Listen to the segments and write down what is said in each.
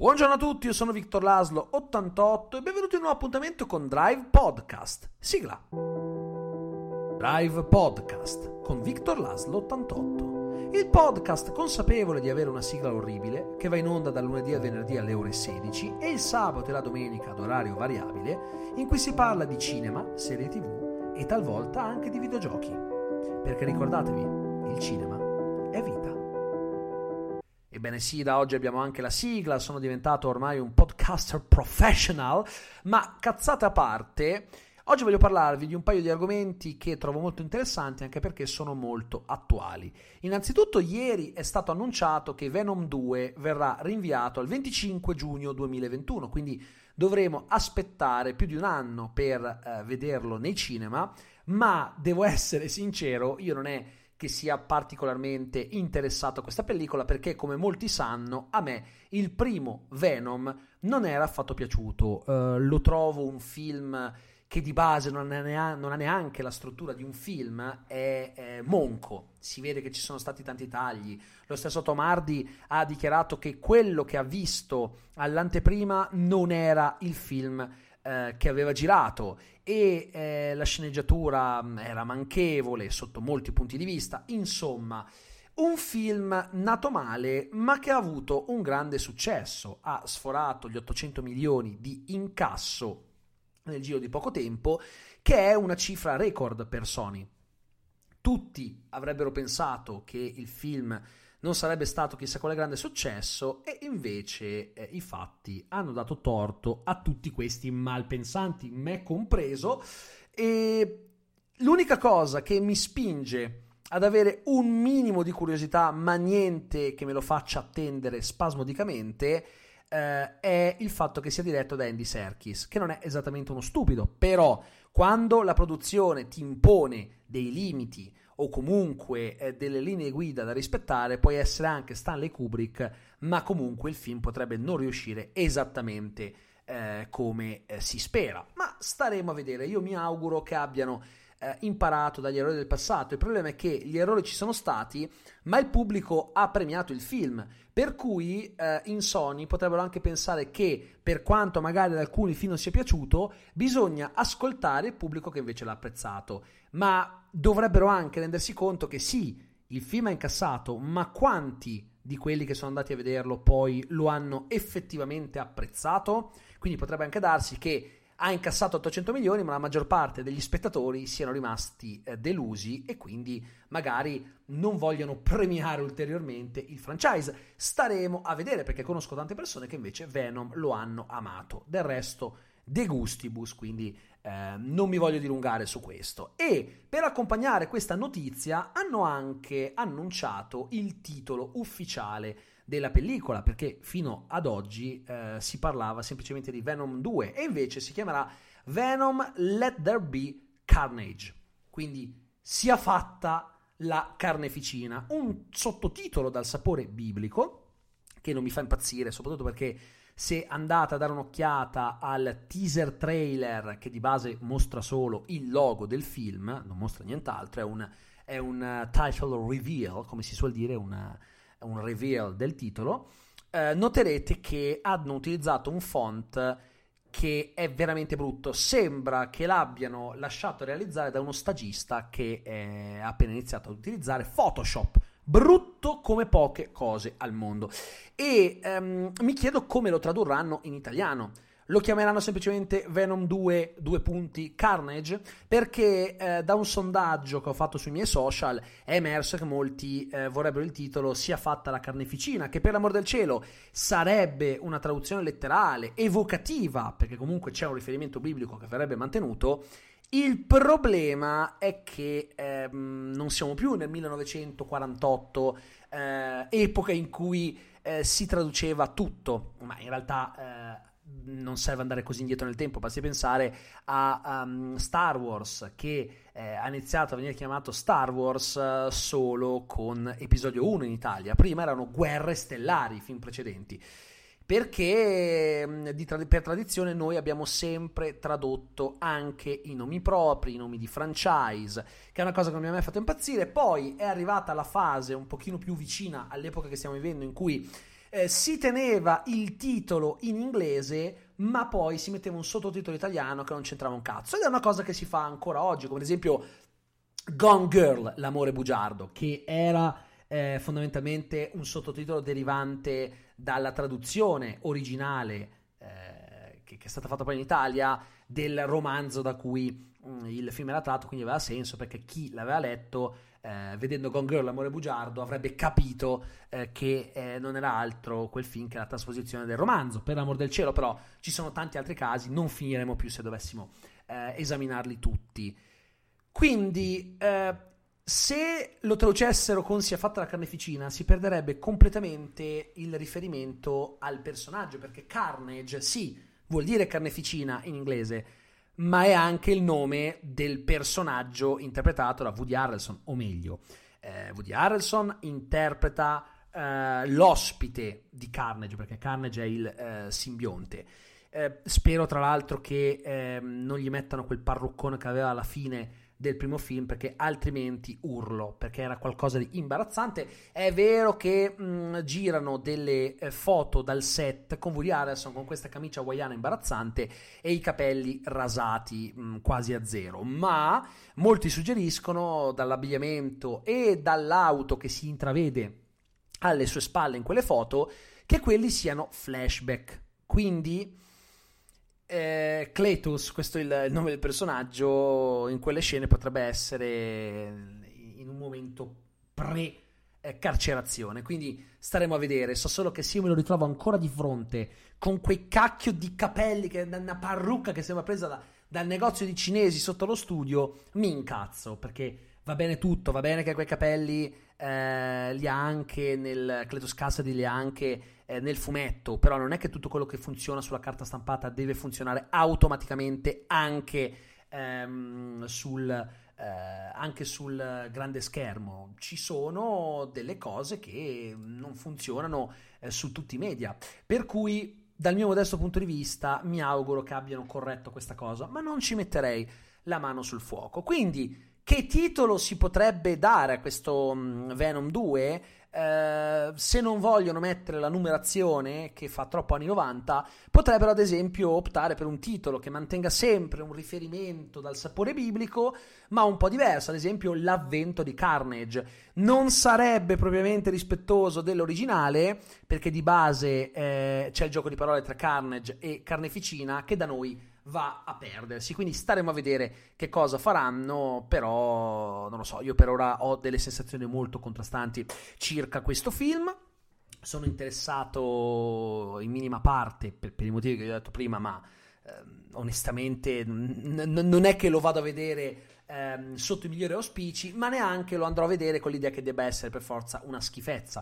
Buongiorno a tutti, io sono Victor Laszlo 88 e benvenuti in un nuovo appuntamento con Drive Podcast. Sigla. Drive Podcast con Victor Laszlo 88. Il podcast consapevole di avere una sigla orribile che va in onda dal lunedì al venerdì alle ore 16 e il sabato e la domenica ad orario variabile, in cui si parla di cinema, serie TV e talvolta anche di videogiochi. Perché ricordatevi, il cinema è vita. Ebbene sì, da oggi abbiamo anche la sigla, sono diventato ormai un podcaster professional, ma cazzate a parte, oggi voglio parlarvi di un paio di argomenti che trovo molto interessanti anche perché sono molto attuali. Innanzitutto ieri è stato annunciato che Venom 2 verrà rinviato al 25 giugno 2021, quindi dovremo aspettare più di un anno per vederlo nei cinema, ma devo essere sincero, io non è che sia particolarmente interessato a questa pellicola perché, come molti sanno, a me il primo Venom non era affatto piaciuto. Lo trovo un film che di base non ha neanche la struttura di un film, è monco, si vede che ci sono stati tanti tagli. Lo stesso Tom Hardy ha dichiarato che quello che ha visto all'anteprima non era il film che aveva girato e la sceneggiatura era manchevole sotto molti punti di vista. Insomma, un film nato male ma che ha avuto un grande successo, ha sforato gli 800 milioni di incasso nel giro di poco tempo, che è una cifra record per Sony. Tutti avrebbero pensato che il film non sarebbe stato chissà quale grande successo e invece i fatti hanno dato torto a tutti questi malpensanti, me compreso, e l'unica cosa che mi spinge ad avere un minimo di curiosità, ma niente che me lo faccia attendere spasmodicamente, è il fatto che sia diretto da Andy Serkis, che non è esattamente uno stupido, però quando la produzione ti impone dei limiti o comunque delle linee guida da rispettare, puoi essere anche Stanley Kubrick, ma comunque il film potrebbe non riuscire esattamente come si spera. Ma staremo a vedere. Io mi auguro che abbiano imparato dagli errori del passato. Il problema è che gli errori ci sono stati, ma il pubblico ha premiato il film, per cui in Sony potrebbero anche pensare che, per quanto magari ad alcuni il film non sia piaciuto, bisogna ascoltare il pubblico che invece l'ha apprezzato. Ma dovrebbero anche rendersi conto che sì, il film ha incassato, ma quanti di quelli che sono andati a vederlo poi lo hanno effettivamente apprezzato? Quindi potrebbe anche darsi che ha incassato 800 milioni, ma la maggior parte degli spettatori siano rimasti delusi e quindi magari non vogliono premiare ulteriormente il franchise. Staremo a vedere, perché conosco tante persone che invece Venom lo hanno amato. Del resto, de gustibus, quindi non mi voglio dilungare su questo. E per accompagnare questa notizia hanno anche annunciato il titolo ufficiale della pellicola, perché fino ad oggi si parlava semplicemente di Venom 2 e invece si chiamerà Venom Let There Be Carnage, quindi sia fatta la carneficina, un sottotitolo dal sapore biblico che non mi fa impazzire, soprattutto perché se andate a dare un'occhiata al teaser trailer, che di base mostra solo il logo del film, non mostra nient'altro, è un title reveal, come si suol dire, un reveal del titolo, noterete che hanno utilizzato un font che è veramente brutto. Sembra che l'abbiano lasciato realizzare da uno stagista che ha appena iniziato ad utilizzare Photoshop. Brutto come poche cose al mondo. E mi chiedo come lo tradurranno in italiano. Lo chiameranno semplicemente Venom 2 Carnage, perché da un sondaggio che ho fatto sui miei social è emerso che molti vorrebbero il titolo Sia fatta la carneficina, che per l'amor del cielo sarebbe una traduzione letterale, evocativa, perché comunque c'è un riferimento biblico che verrebbe mantenuto. Il problema è che non siamo più nel 1948, epoca in cui si traduceva tutto, ma in realtà non serve andare così indietro nel tempo, basti pensare a Star Wars, che ha iniziato a venire chiamato Star Wars solo con episodio 1 in Italia. Prima erano Guerre Stellari, i film precedenti, perché per tradizione noi abbiamo sempre tradotto anche i nomi propri, i nomi di franchise, che è una cosa che non mi ha mai fatto impazzire. Poi è arrivata la fase un pochino più vicina all'epoca che stiamo vivendo, in cui si teneva il titolo in inglese, ma poi si metteva un sottotitolo italiano che non c'entrava un cazzo, ed è una cosa che si fa ancora oggi, come ad esempio Gone Girl, l'amore bugiardo, che era fondamentalmente un sottotitolo derivante dalla traduzione originale che è stata fatta poi in Italia del romanzo da cui il film era tratto, quindi aveva senso perché chi l'aveva letto vedendo Gone Girl, l'amore bugiardo, avrebbe capito che non era altro quel film che la trasposizione del romanzo. Per l'amor del cielo, però ci sono tanti altri casi, non finiremo più se dovessimo esaminarli tutti. Quindi se lo traducessero con sia fatta la carneficina, si perderebbe completamente il riferimento al personaggio, perché Carnage sì, vuol dire carneficina in inglese, ma è anche il nome del personaggio interpretato da Woody Harrelson, o meglio, Woody Harrelson interpreta l'ospite di Carnage, perché Carnage è il simbionte. Spero tra l'altro che non gli mettano quel parruccone che aveva alla fine del primo film, perché altrimenti urlo, perché era qualcosa di imbarazzante. È vero che girano delle foto dal set con Woody Harrelson con questa camicia hawaiana imbarazzante e i capelli rasati quasi a zero, ma molti suggeriscono dall'abbigliamento e dall'auto che si intravede alle sue spalle in quelle foto che quelli siano flashback, quindi Cletus, questo è il nome del personaggio, in quelle scene potrebbe essere in un momento pre-carcerazione, quindi staremo a vedere. So solo che se io me lo ritrovo ancora di fronte con quei cacchio di capelli, che è una parrucca che sembra presa dal negozio di cinesi sotto lo studio, mi incazzo, perché va bene tutto, va bene che quei capelli li ha anche nel Cletus Cassidy, li ha anche nel fumetto, però non è che tutto quello che funziona sulla carta stampata deve funzionare automaticamente anche sul grande schermo. Ci sono delle cose che non funzionano su tutti i media, per cui dal mio modesto punto di vista mi auguro che abbiano corretto questa cosa, ma non ci metterei la mano sul fuoco. Quindi che titolo si potrebbe dare a questo Venom 2? Se non vogliono mettere la numerazione che fa troppo anni 90, potrebbero ad esempio optare per un titolo che mantenga sempre un riferimento dal sapore biblico, ma un po' diverso, ad esempio l'avvento di Carnage. Non sarebbe propriamente rispettoso dell'originale, perché di base c'è il gioco di parole tra Carnage e Carneficina che da noi va a perdersi, quindi staremo a vedere che cosa faranno, però non lo so, io per ora ho delle sensazioni molto contrastanti circa questo film. Sono interessato in minima parte per i motivi che vi ho detto prima, ma onestamente non è che lo vado a vedere sotto i migliori auspici, ma neanche lo andrò a vedere con l'idea che debba essere per forza una schifezza.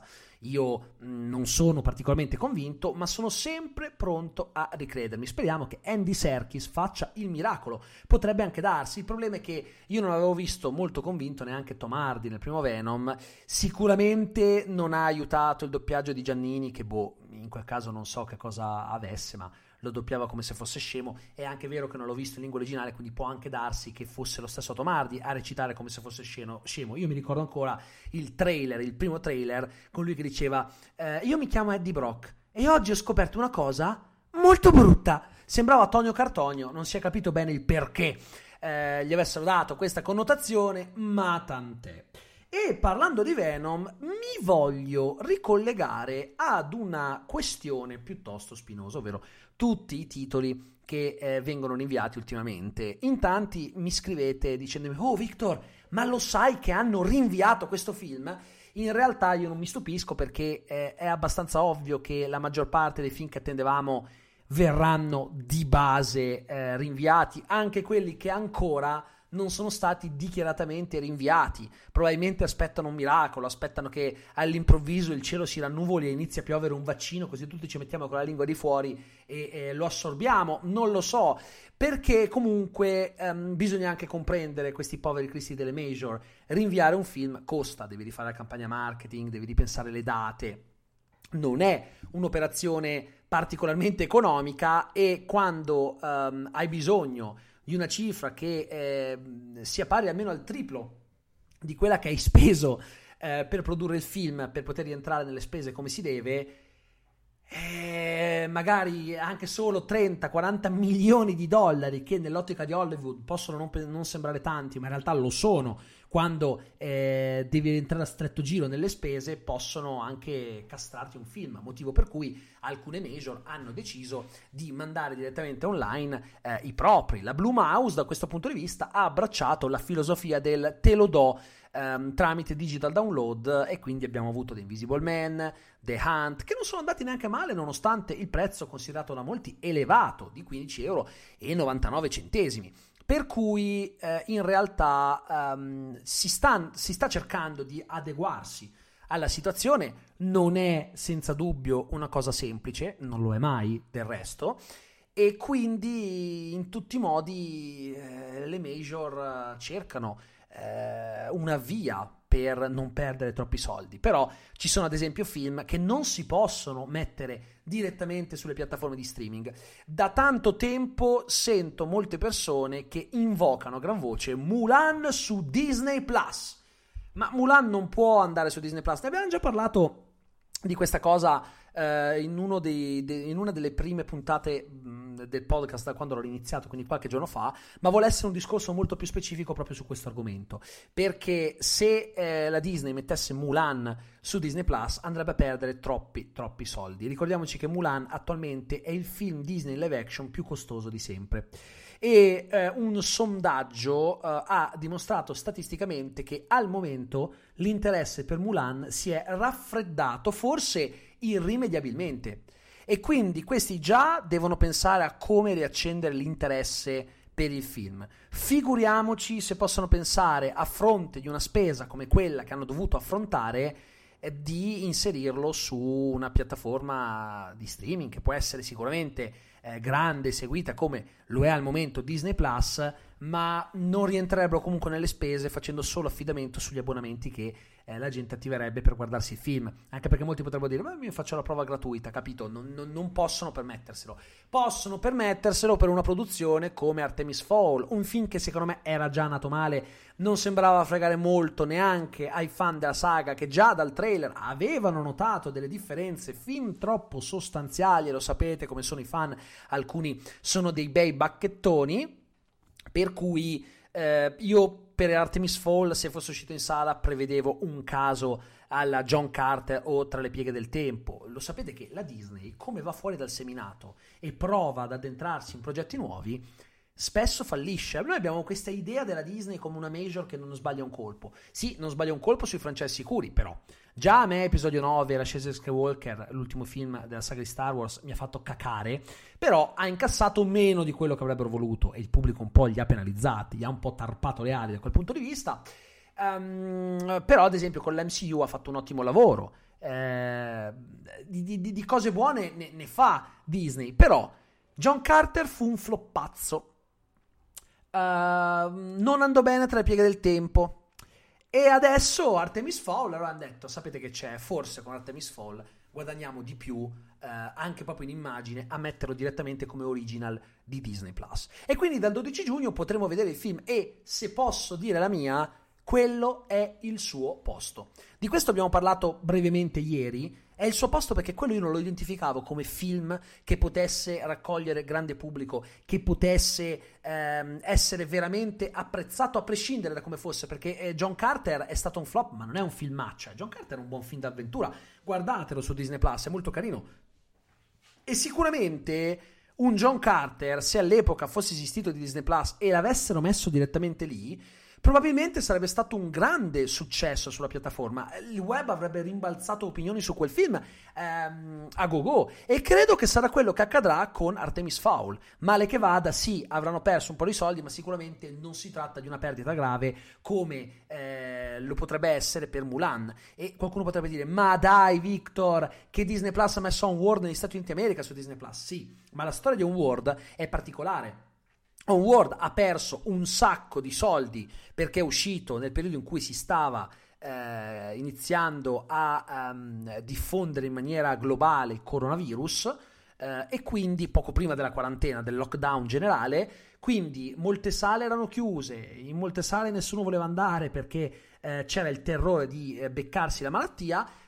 Io non sono particolarmente convinto, ma sono sempre pronto a ricredermi. Speriamo che Andy Serkis faccia il miracolo, potrebbe anche darsi. Il problema è che io non avevo visto molto convinto neanche Tom Hardy nel primo Venom. Sicuramente non ha aiutato il doppiaggio di Giannini, che in quel caso non so che cosa avesse, ma lo doppiava come se fosse scemo. È anche vero che non l'ho visto in lingua originale, quindi può anche darsi che fosse lo stesso Tom Hardy a recitare come se fosse scemo. Io mi ricordo ancora il primo trailer, con lui che diceva io mi chiamo Eddie Brock e oggi ho scoperto una cosa molto brutta. Sembrava Tonio Cartonio, non si è capito bene il perché gli avessero dato questa connotazione, ma tant'è. E parlando di Venom, mi voglio ricollegare ad una questione piuttosto spinosa, ovvero tutti i titoli che vengono inviati ultimamente. In tanti mi scrivete dicendomi: oh Victor, ma lo sai che hanno rinviato questo film? In realtà io non mi stupisco, perché è abbastanza ovvio che la maggior parte dei film che attendevamo verranno di base rinviati, anche quelli che ancora non sono stati dichiaratamente rinviati. Probabilmente aspettano un miracolo, aspettano che all'improvviso il cielo si rannuvoli e inizi a piovere un vaccino, così tutti ci mettiamo con la lingua di fuori e lo assorbiamo. Non lo so, perché comunque bisogna anche comprendere questi poveri cristi delle major. Rinviare un film costa, devi rifare la campagna marketing, devi ripensare le date, non è un'operazione particolarmente economica, e quando hai bisogno di una cifra che sia pari almeno al triplo di quella che hai speso per produrre il film, per poter rientrare nelle spese come si deve, magari anche solo 30-40 milioni di dollari, che nell'ottica di Hollywood possono non sembrare tanti, ma in realtà lo sono quando devi entrare a stretto giro nelle spese, possono anche castrarti un film, motivo per cui alcune major hanno deciso di mandare direttamente online i propri. La Blumhouse da questo punto di vista ha abbracciato la filosofia del te lo do tramite digital download, e quindi abbiamo avuto The Invisible Man, The Hunt, che non sono andati neanche male nonostante il prezzo considerato da molti elevato di 15,99 €. Per cui in realtà si sta cercando di adeguarsi alla situazione. Non è senza dubbio una cosa semplice, non lo è mai del resto, e quindi in tutti i modi le major cercano una via per non perdere troppi soldi. Però ci sono ad esempio film che non si possono mettere direttamente sulle piattaforme di streaming. Da tanto tempo sento molte persone che invocano a gran voce Mulan su Disney Plus, ma Mulan non può andare su Disney Plus. Ne abbiamo già parlato di questa cosa in una delle prime puntate del podcast, da quando l'ho iniziato, quindi qualche giorno fa, ma vuole essere un discorso molto più specifico proprio su questo argomento, perché se la Disney mettesse Mulan su Disney Plus andrebbe a perdere troppi soldi. Ricordiamoci che Mulan attualmente è il film Disney live action più costoso di sempre, e un sondaggio ha dimostrato statisticamente che al momento l'interesse per Mulan si è raffreddato, forse irrimediabilmente, e quindi questi già devono pensare a come riaccendere l'interesse per il film. Figuriamoci se possono pensare, a fronte di una spesa come quella che hanno dovuto affrontare, di inserirlo su una piattaforma di streaming che può essere sicuramente grande, seguita come lo è al momento Disney Plus, ma non rientrerebbero comunque nelle spese facendo solo affidamento sugli abbonamenti che la gente attiverebbe per guardarsi il film, anche perché molti potrebbero dire ma io faccio la prova gratuita, capito? Non possono permetterselo. Possono permetterselo per una produzione come Artemis Fowl, un film che secondo me era già nato male, non sembrava fregare molto neanche ai fan della saga, che già dal trailer avevano notato delle differenze fin troppo sostanziali, e lo sapete come sono i fan, alcuni sono dei bei bacchettoni, per cui io per Artemis Fowl, se fosse uscito in sala, prevedevo un caso alla John Carter o Tra le pieghe del tempo. Lo sapete che la Disney, come va fuori dal seminato e prova ad addentrarsi in progetti nuovi, spesso fallisce. Noi abbiamo questa idea della Disney come una major che non sbaglia un colpo. Sì, non sbaglia un colpo sui franchise sicuri, però già a me episodio 9, L'ascesa di Skywalker, l'ultimo film della saga di Star Wars, mi ha fatto cacare, però ha incassato meno di quello che avrebbero voluto e il pubblico un po' li ha penalizzati, gli ha un po' tarpato le ali da quel punto di vista. Però ad esempio con l'MCU ha fatto un ottimo lavoro, di cose buone ne fa Disney, però John Carter fu un floppazzo. Non andò bene Tra le pieghe del tempo, e adesso Artemis Fowl, allora hanno detto sapete che c'è, forse con Artemis Fowl guadagniamo di più anche proprio in immagine a metterlo direttamente come original di Disney Plus, e quindi dal 12 giugno potremo vedere il film, e se posso dire la mia, quello è il suo posto. Di questo abbiamo parlato brevemente ieri. È il suo posto perché quello io non lo identificavo come film che potesse raccogliere grande pubblico, che potesse essere veramente apprezzato a prescindere da come fosse, perché John Carter è stato un flop, ma non è un filmaccio. John Carter è un buon film d'avventura, guardatelo su Disney Plus, è molto carino. E sicuramente un John Carter, se all'epoca fosse esistito di Disney Plus e l'avessero messo direttamente lì, probabilmente sarebbe stato un grande successo sulla piattaforma. Il web avrebbe rimbalzato opinioni su quel film a go-go, e credo che sarà quello che accadrà con Artemis Fowl. Male che vada, sì, avranno perso un po' di soldi, ma sicuramente non si tratta di una perdita grave come lo potrebbe essere per Mulan. E qualcuno potrebbe dire ma dai Victor, che Disney Plus ha messo Onward negli Stati Uniti d'America su Disney Plus. Sì, ma la storia di Onward è particolare. Onward ha perso un sacco di soldi perché è uscito nel periodo in cui si stava iniziando a diffondere in maniera globale il coronavirus, e quindi poco prima della quarantena, del lockdown generale, quindi molte sale erano chiuse, in molte sale nessuno voleva andare perché c'era il terrore di beccarsi la malattia,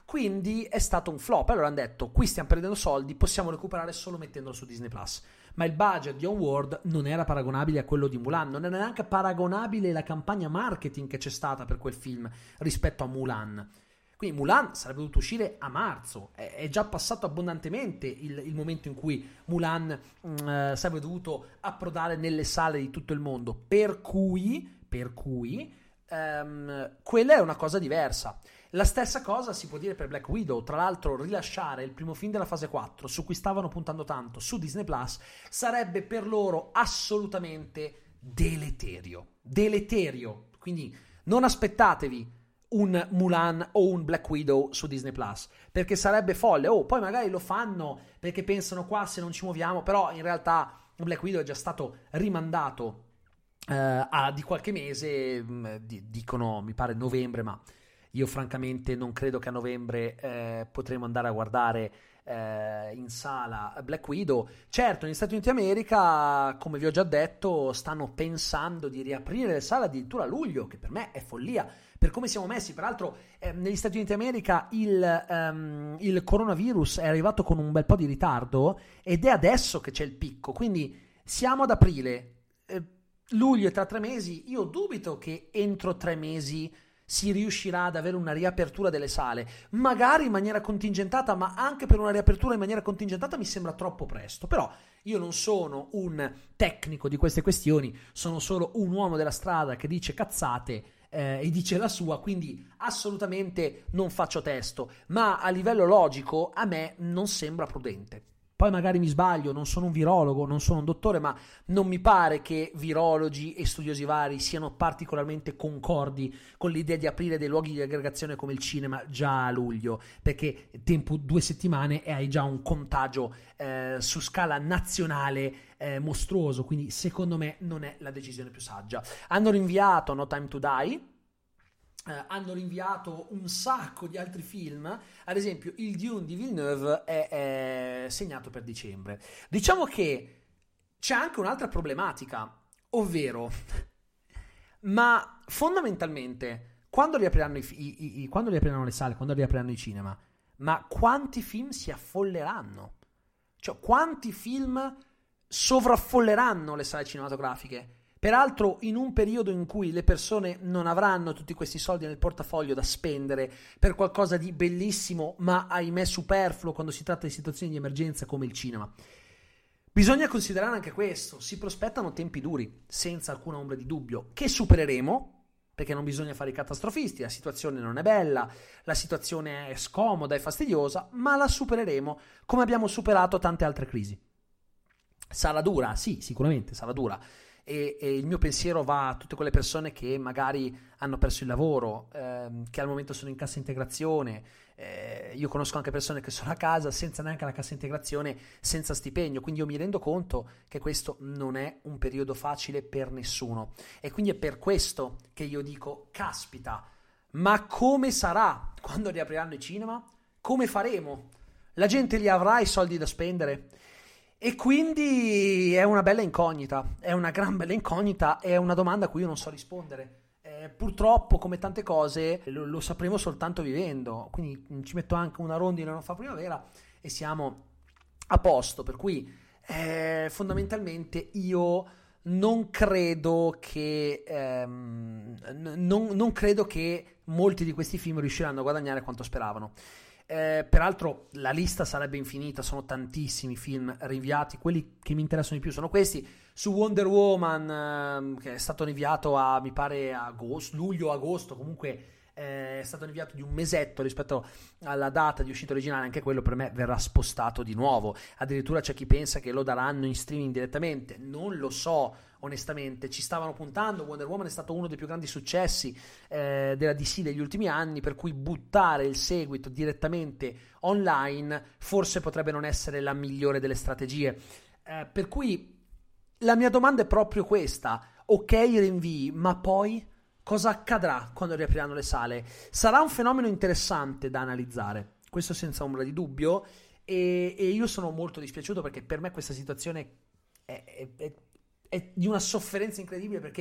quindi è stato un flop. Allora hanno detto, qui stiamo perdendo soldi, possiamo recuperare solo mettendolo su Disney Plus. Ma il budget di Onward non era paragonabile a quello di Mulan, non era neanche paragonabile la campagna marketing che c'è stata per quel film rispetto a Mulan. Quindi Mulan sarebbe dovuto uscire a marzo, è già passato abbondantemente il momento in cui Mulan sarebbe dovuto approdare nelle sale di tutto il mondo, per cui quella è una cosa diversa. La stessa cosa si può dire per Black Widow. Tra l'altro, rilasciare il primo film della fase 4, su cui stavano puntando tanto, su Disney Plus, sarebbe per loro assolutamente deleterio. Quindi non aspettatevi un Mulan o un Black Widow su Disney Plus, perché sarebbe folle. Poi magari lo fanno perché pensano, qua se non ci muoviamo, però in realtà Black Widow è già stato rimandato di qualche mese, dicono mi pare novembre, ma io francamente non credo che a novembre potremo andare a guardare in sala Black Widow. Certo, negli Stati Uniti d'America, come vi ho già detto, stanno pensando di riaprire le sale addirittura a luglio, che per me è follia per come siamo messi. Peraltro negli Stati Uniti d'America il coronavirus è arrivato con un bel po' di ritardo ed è adesso che c'è il picco, quindi siamo ad aprile, luglio è tra 3 mesi. Io dubito che entro 3 mesi si riuscirà ad avere una riapertura delle sale, magari in maniera contingentata, ma anche per una riapertura in maniera contingentata mi sembra troppo presto. Però io non sono un tecnico di queste questioni, sono solo un uomo della strada che dice cazzate e dice la sua, quindi assolutamente non faccio testo, ma a livello logico a me non sembra prudente. Poi magari mi sbaglio, non sono un virologo, non sono un dottore, ma non mi pare che virologi e studiosi vari siano particolarmente concordi con l'idea di aprire dei luoghi di aggregazione come il cinema già a luglio, perché tempo 2 settimane e hai già un contagio su scala nazionale mostruoso, quindi secondo me non è la decisione più saggia. Hanno rinviato No Time to Die, hanno rinviato un sacco di altri film, ad esempio il Dune di Villeneuve è segnato per dicembre. Diciamo che c'è anche un'altra problematica, ovvero, ma fondamentalmente quando riapriranno quando riapriranno le sale, quando riapriranno i cinema, ma quanti film si affolleranno? Cioè quanti film sovraffolleranno le sale cinematografiche? Peraltro in un periodo in cui le persone non avranno tutti questi soldi nel portafoglio da spendere per qualcosa di bellissimo ma ahimè superfluo quando si tratta di situazioni di emergenza come il cinema. Bisogna considerare anche questo, si prospettano tempi duri, senza alcuna ombra di dubbio, che supereremo, perché non bisogna fare i catastrofisti, la situazione non è bella, la situazione è scomoda e fastidiosa, ma la supereremo come abbiamo superato tante altre crisi. Sarà dura? Sì, sicuramente sarà dura. E il mio pensiero va a tutte quelle persone che magari hanno perso il lavoro, che al momento sono in cassa integrazione. Io conosco anche persone che sono a casa senza neanche la cassa integrazione, senza stipendio, quindi io mi rendo conto che questo non è un periodo facile per nessuno, e quindi è per questo che io dico, caspita, ma come sarà quando riapriranno i cinema? Come faremo? La gente li avrà i soldi da spendere? E quindi è una bella incognita, è una gran bella incognita, è una domanda a cui io non so rispondere. Purtroppo, come tante cose, lo sapremo soltanto vivendo, quindi ci metto anche una rondine non fa primavera e siamo a posto, per cui fondamentalmente io non credo che non credo che molti di questi film riusciranno a guadagnare quanto speravano. Peraltro la lista sarebbe infinita, sono tantissimi film rinviati. Quelli che mi interessano di più sono questi. Su Wonder Woman, che è stato rinviato a, mi pare, luglio-agosto, comunque è stato rinviato di un mesetto rispetto alla data di uscita originale. Anche quello per me verrà spostato di nuovo. Addirittura c'è chi pensa che lo daranno in streaming direttamente, non lo so onestamente. Ci stavano puntando, Wonder Woman è stato uno dei più grandi successi della DC degli ultimi anni, per cui buttare il seguito direttamente online forse potrebbe non essere la migliore delle strategie, per cui la mia domanda è proprio questa: ok, rinvii, ma poi cosa accadrà quando riapriranno le sale? Sarà un fenomeno interessante da analizzare, questo senza ombra di dubbio, e io sono molto dispiaciuto perché per me questa situazione è di una sofferenza incredibile, perché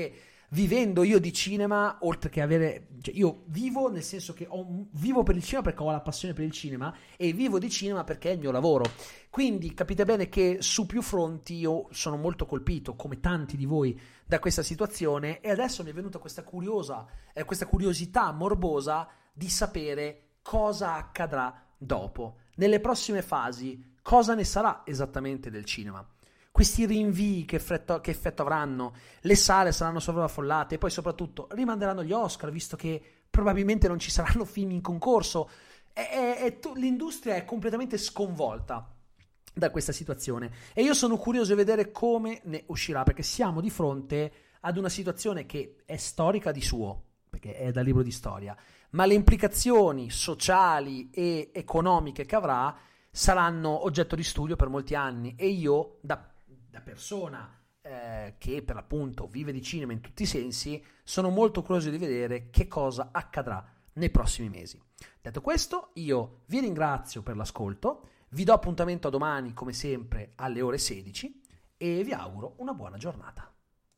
vivendo io di cinema, oltre che avere, cioè io vivo nel senso che vivo per il cinema perché ho la passione per il cinema e vivo di cinema perché è il mio lavoro. Quindi capite bene che su più fronti io sono molto colpito, come tanti di voi, da questa situazione, e adesso mi è venuta questa curiosità morbosa di sapere cosa accadrà dopo, nelle prossime fasi, cosa ne sarà esattamente del cinema. Questi rinvii che effetto avranno, le sale saranno sovraffollate e poi soprattutto rimanderanno gli Oscar, visto che probabilmente non ci saranno film in concorso. L'industria è completamente sconvolta da questa situazione e io sono curioso di vedere come ne uscirà, perché siamo di fronte ad una situazione che è storica di suo, perché è dal libro di storia, ma le implicazioni sociali e economiche che avrà saranno oggetto di studio per molti anni, e io da persona che per l'appunto vive di cinema in tutti i sensi, sono molto curioso di vedere che cosa accadrà nei prossimi mesi. Detto questo, io vi ringrazio per l'ascolto, vi do appuntamento a domani come sempre alle ore 16 e vi auguro una buona giornata.